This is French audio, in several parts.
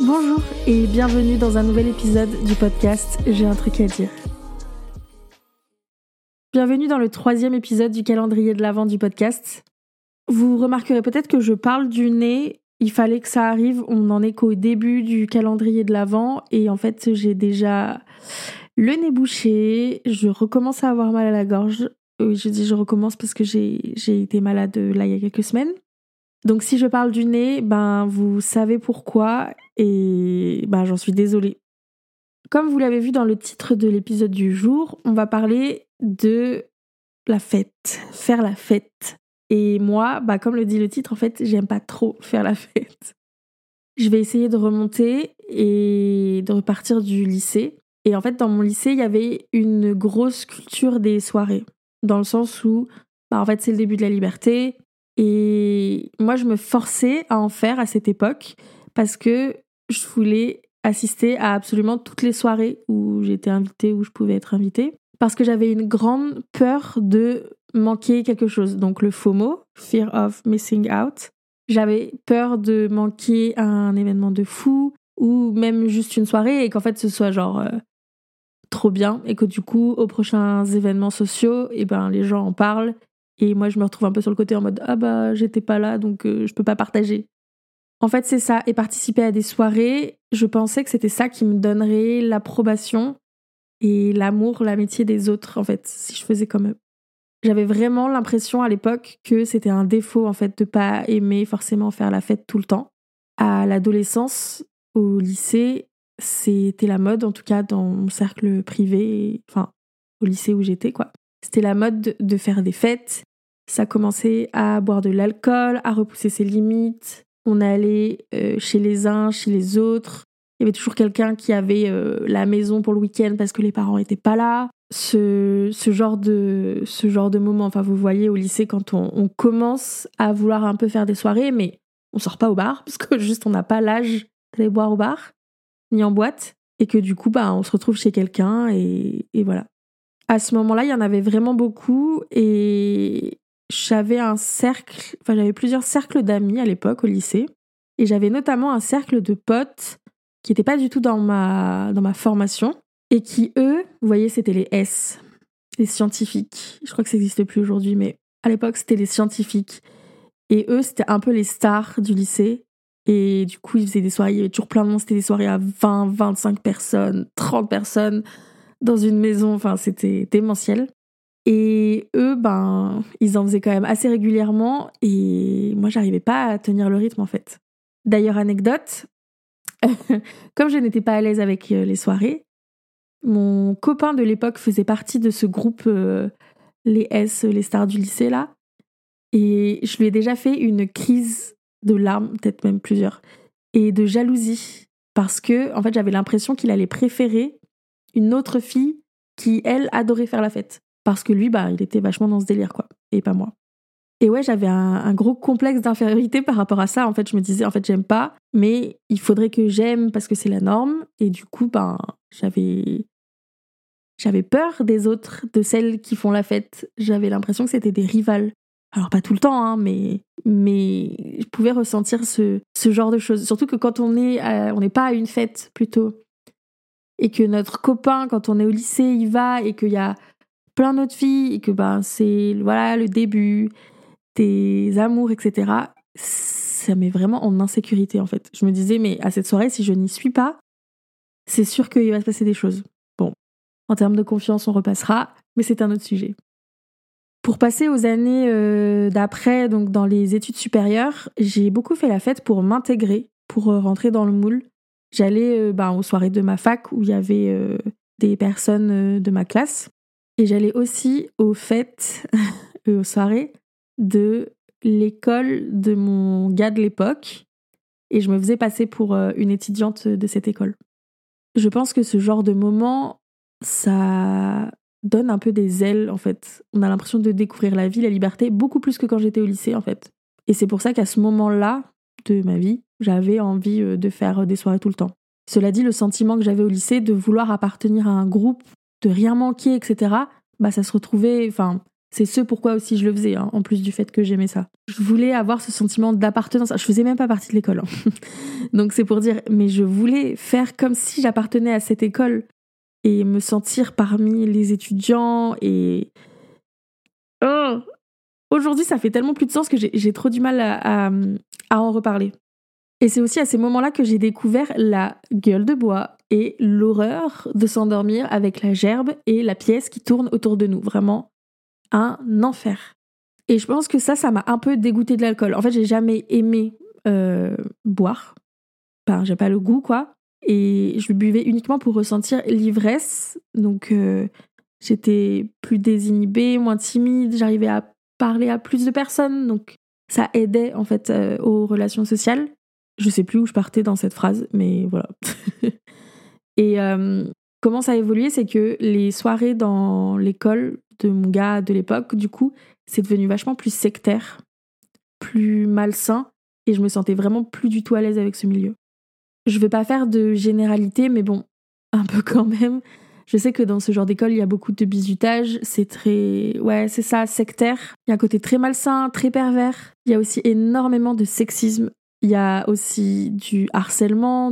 Bonjour et bienvenue dans un nouvel épisode du podcast J'ai un truc à dire. Bienvenue dans le 3e épisode du calendrier de l'Avent du podcast. Vous remarquerez peut-être que je parle du nez, il fallait que ça arrive, on n'en est qu'au début du calendrier de l'Avent et en fait j'ai déjà le nez bouché, je recommence à avoir mal à la gorge. Oui, je dis je recommence parce que j'ai été malade là il y a quelques semaines. Donc si je parle du nez, vous savez pourquoi et j'en suis désolée. Comme vous l'avez vu dans le titre de l'épisode du jour, on va parler de la fête, faire la fête. Et moi, comme le dit le titre, en fait, j'aime pas trop faire la fête. Je vais essayer de remonter et de repartir du lycée. Et en fait, dans mon lycée, il y avait une grosse culture des soirées. Dans le sens où, en fait, c'est le début de la liberté. Et moi, je me forçais à en faire à cette époque parce que je voulais assister à absolument toutes les soirées où j'étais invitée, où je pouvais être invitée. Parce que j'avais une grande peur de manquer quelque chose. Donc le FOMO, Fear of Missing Out. J'avais peur de manquer un événement de fou ou même juste une soirée et qu'en fait ce soit trop bien et que du coup aux prochains événements sociaux, les gens en parlent. Et moi, je me retrouve un peu sur le côté en mode « j'étais pas là, donc je peux pas partager ». En fait, c'est ça. Et participer à des soirées, je pensais que c'était ça qui me donnerait l'approbation et l'amour, l'amitié des autres, en fait, si je faisais comme eux. J'avais vraiment l'impression à l'époque que c'était un défaut, en fait, de pas aimer forcément faire la fête tout le temps. À l'adolescence, au lycée, c'était la mode, en tout cas dans mon cercle privé, au lycée où j'étais, quoi. C'était la mode de faire des fêtes. Ça commençait à boire de l'alcool, à repousser ses limites. On allait chez les uns, chez les autres. Il y avait toujours quelqu'un qui avait la maison pour le week-end parce que les parents étaient pas là. Ce genre de moment, vous voyez au lycée quand on commence à vouloir un peu faire des soirées, mais on sort pas au bar parce que juste on n'a pas l'âge d'aller boire au bar ni en boîte et que du coup on se retrouve chez quelqu'un et voilà. À ce moment-là, il y en avait vraiment beaucoup et j'avais plusieurs cercles d'amis à l'époque au lycée et j'avais notamment un cercle de potes qui n'étaient pas du tout dans ma formation et qui, eux, vous voyez, c'était les S, les scientifiques. Je crois que ça n'existe plus aujourd'hui, mais à l'époque, c'était les scientifiques. Et eux, c'était un peu les stars du lycée. Et du coup, ils faisaient des soirées, il y avait toujours plein de monde, c'était des soirées à 20, 25 personnes, 30 personnes dans une maison, c'était démentiel. Et eux, ils en faisaient quand même assez régulièrement et moi, j'arrivais pas à tenir le rythme en fait. D'ailleurs, anecdote, comme je n'étais pas à l'aise avec les soirées, mon copain de l'époque faisait partie de ce groupe, les S, les stars du lycée là, et je lui ai déjà fait une crise de larmes, peut-être même plusieurs, et de jalousie, parce que en fait, j'avais l'impression qu'il allait préférer une autre fille qui, elle, adorait faire la fête. Parce que lui, il était vachement dans ce délire, quoi. Et pas moi. Et ouais, j'avais un gros complexe d'infériorité par rapport à ça. En fait, je me disais, j'aime pas, mais il faudrait que j'aime parce que c'est la norme. Et du coup, j'avais peur des autres, de celles qui font la fête. J'avais l'impression que c'était des rivales. Alors, pas tout le temps, mais je pouvais ressentir ce genre de choses. Surtout que quand on n'est pas à une fête, plutôt, et que notre copain, quand on est au lycée, il va, et qu'il y a plein d'autres filles, et que c'est le début des amours, etc. Ça met vraiment en insécurité, en fait. Je me disais, mais à cette soirée, si je n'y suis pas, c'est sûr qu'il va se passer des choses. Bon, en termes de confiance, on repassera, mais c'est un autre sujet. Pour passer aux années d'après, donc dans les études supérieures, j'ai beaucoup fait la fête pour m'intégrer, pour rentrer dans le moule. J'allais aux soirées de ma fac où il y avait des personnes de ma classe. Et j'allais aussi aux fêtes, aux soirées de l'école de mon gars de l'époque. Et je me faisais passer pour une étudiante de cette école. Je pense que ce genre de moment, ça donne un peu des ailes, en fait. On a l'impression de découvrir la vie, la liberté, beaucoup plus que quand j'étais au lycée, en fait. Et c'est pour ça qu'à ce moment-là de ma vie, j'avais envie de faire des soirées tout le temps. Cela dit, le sentiment que j'avais au lycée de vouloir appartenir à un groupe, de rien manquer, etc., ça se retrouvait, C'est ce pourquoi aussi je le faisais, hein, en plus du fait que j'aimais ça. Je voulais avoir ce sentiment d'appartenance. Je faisais même pas partie de l'école, hein. Donc c'est pour dire, mais je voulais faire comme si j'appartenais à cette école et me sentir parmi les étudiants et... Oh, aujourd'hui, ça fait tellement plus de sens que j'ai trop du mal à en reparler. Et c'est aussi à ces moments-là que j'ai découvert la gueule de bois et l'horreur de s'endormir avec la gerbe et la pièce qui tourne autour de nous. Vraiment un enfer. Et je pense que ça m'a un peu dégoûtée de l'alcool. En fait, j'ai jamais aimé boire. Enfin, j'ai pas le goût, quoi. Et je buvais uniquement pour ressentir l'ivresse. Donc, j'étais plus désinhibée, moins timide. J'arrivais à parler à plus de personnes. Donc, ça aidait, en fait, aux relations sociales. Je sais plus où je partais dans cette phrase, mais voilà. Et comment ça a évolué, c'est que les soirées dans l'école de mon gars de l'époque, du coup, c'est devenu vachement plus sectaire, plus malsain, et je me sentais vraiment plus du tout à l'aise avec ce milieu. Je vais pas faire de généralité, mais bon, un peu quand même. Je sais que dans ce genre d'école, il y a beaucoup de bizutage, c'est très... Ouais, c'est ça, sectaire. Il y a un côté très malsain, très pervers. Il y a aussi énormément de sexisme. Il y a aussi du harcèlement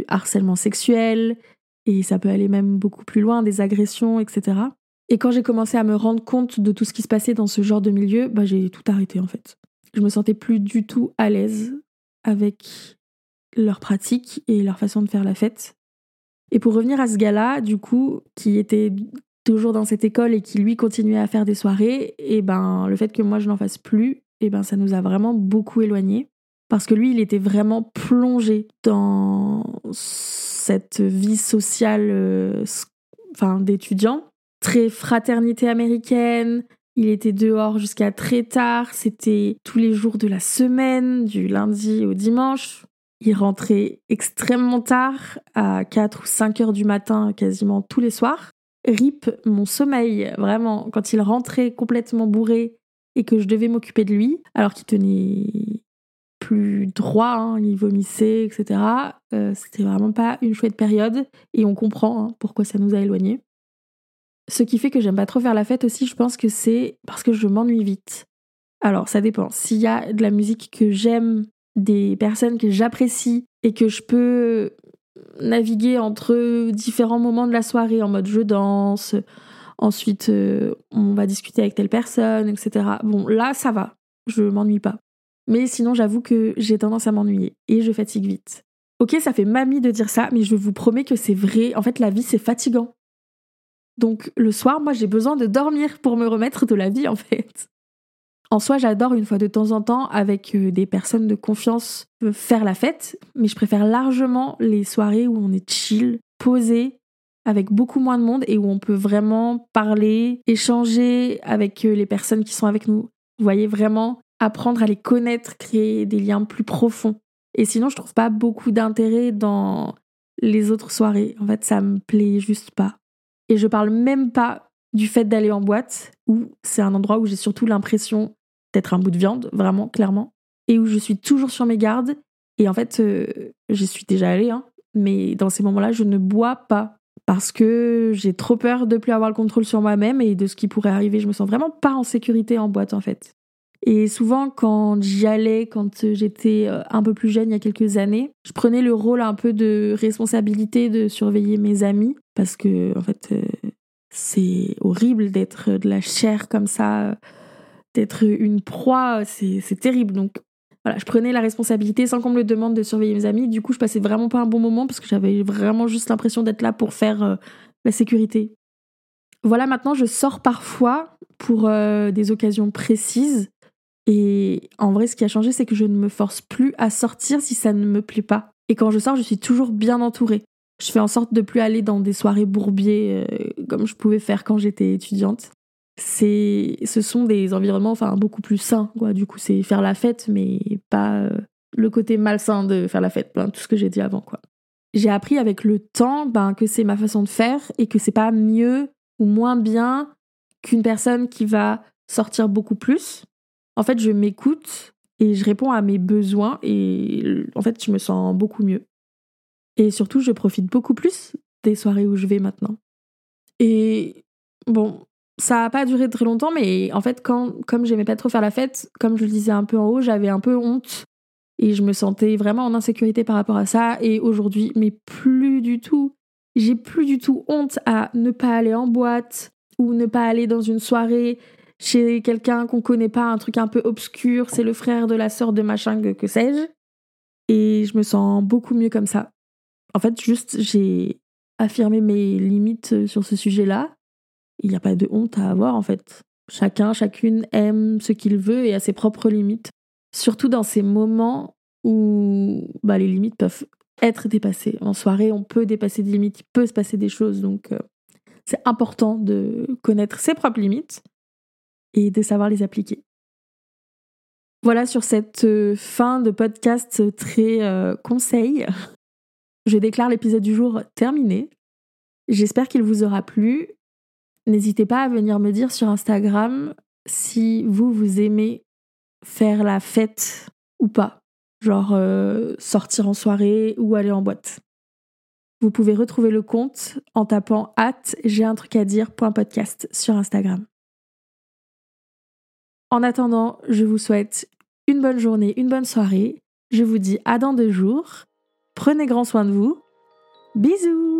sexuel, et ça peut aller même beaucoup plus loin, des agressions, etc. Et quand j'ai commencé à me rendre compte de tout ce qui se passait dans ce genre de milieu, j'ai tout arrêté en fait. Je me sentais plus du tout à l'aise avec leurs pratiques et leur façon de faire la fête. Et pour revenir à ce gars-là, du coup, qui était toujours dans cette école et qui lui continuait à faire des soirées, et le fait que moi je n'en fasse plus, ça nous a vraiment beaucoup éloignés. Parce que lui, il était vraiment plongé dans cette vie sociale d'étudiant. Très fraternité américaine, il était dehors jusqu'à très tard, c'était tous les jours de la semaine, du lundi au dimanche. Il rentrait extrêmement tard, à 4 ou 5 heures du matin, quasiment tous les soirs. RIP mon sommeil, vraiment, quand il rentrait complètement bourré et que je devais m'occuper de lui, alors qu'il tenait plus droit, hein, il vomissait, etc. C'était vraiment pas une chouette période, et on comprend pourquoi ça nous a éloignés. Ce qui fait que j'aime pas trop faire la fête aussi, je pense que c'est parce que je m'ennuie vite. Alors, ça dépend. S'il y a de la musique que j'aime, des personnes que j'apprécie et que je peux naviguer entre différents moments de la soirée en mode je danse, ensuite on va discuter avec telle personne, etc. Bon, là, ça va. Je m'ennuie pas. Mais sinon, j'avoue que j'ai tendance à m'ennuyer et je fatigue vite. Ok, ça fait mamie de dire ça, mais je vous promets que c'est vrai. En fait, la vie, c'est fatigant. Donc le soir, moi, j'ai besoin de dormir pour me remettre de la vie, en fait. En soi, j'adore une fois de temps en temps, avec des personnes de confiance, faire la fête, mais je préfère largement les soirées où on est chill, posé, avec beaucoup moins de monde et où on peut vraiment parler, échanger avec les personnes qui sont avec nous. Vous voyez, vraiment apprendre à les connaître, créer des liens plus profonds. Et sinon, je trouve pas beaucoup d'intérêt dans les autres soirées. En fait, ça me plaît juste pas. Et je parle même pas du fait d'aller en boîte, où c'est un endroit où j'ai surtout l'impression d'être un bout de viande, vraiment, clairement, et où je suis toujours sur mes gardes. Et en fait, j'y suis déjà allée, mais dans ces moments-là, je ne bois pas, parce que j'ai trop peur de plus avoir le contrôle sur moi-même et de ce qui pourrait arriver. Je me sens vraiment pas en sécurité en boîte, en fait. Et souvent, quand j'y allais, quand j'étais un peu plus jeune, il y a quelques années, je prenais le rôle un peu de responsabilité de surveiller mes amis, parce que, en fait, c'est horrible d'être de la chair comme ça, d'être une proie, c'est terrible. Donc, voilà, je prenais la responsabilité sans qu'on me le demande de surveiller mes amis. Du coup, je passais vraiment pas un bon moment, parce que j'avais vraiment juste l'impression d'être là pour faire la sécurité. Voilà, maintenant, je sors parfois pour des occasions précises. Et en vrai, ce qui a changé, c'est que je ne me force plus à sortir si ça ne me plaît pas. Et quand je sors, je suis toujours bien entourée. Je fais en sorte de plus aller dans des soirées bourbiers comme je pouvais faire quand j'étais étudiante. Ce sont des environnements beaucoup plus sains, quoi. Du coup, c'est faire la fête, mais pas le côté malsain de faire la fête, tout ce que j'ai dit avant, quoi. J'ai appris avec le temps que c'est ma façon de faire et que c'est pas mieux ou moins bien qu'une personne qui va sortir beaucoup plus. En fait, je m'écoute et je réponds à mes besoins et en fait, je me sens beaucoup mieux. Et surtout, je profite beaucoup plus des soirées où je vais maintenant. Et bon, Ça a pas duré très longtemps, mais en fait, comme j'aimais pas trop faire la fête, comme je le disais un peu en haut, j'avais un peu honte. Et je me sentais vraiment en insécurité par rapport à ça. Et aujourd'hui, mais plus du tout. J'ai plus du tout honte à ne pas aller en boîte ou ne pas aller dans une soirée chez quelqu'un qu'on connaît pas, un truc un peu obscur. C'est le frère de la sœur de machin, que sais-je. Et je me sens beaucoup mieux comme ça. En fait, juste, j'ai affirmé mes limites sur ce sujet-là. Il n'y a pas de honte à avoir, en fait. Chacune aime ce qu'il veut et a ses propres limites. Surtout dans ces moments où les limites peuvent être dépassées. En soirée, on peut dépasser des limites, il peut se passer des choses. Donc, c'est important de connaître ses propres limites et de savoir les appliquer. Voilà, sur cette fin de podcast très conseil, je déclare l'épisode du jour terminé. J'espère qu'il vous aura plu. N'hésitez pas à venir me dire sur Instagram si vous aimez faire la fête ou pas. Genre sortir en soirée ou aller en boîte. Vous pouvez retrouver le compte en tapant @j'ai-un-truc-à-dire.podcast sur Instagram. En attendant, je vous souhaite une bonne journée, une bonne soirée. Je vous dis à dans 2 jours. Prenez grand soin de vous. Bisous!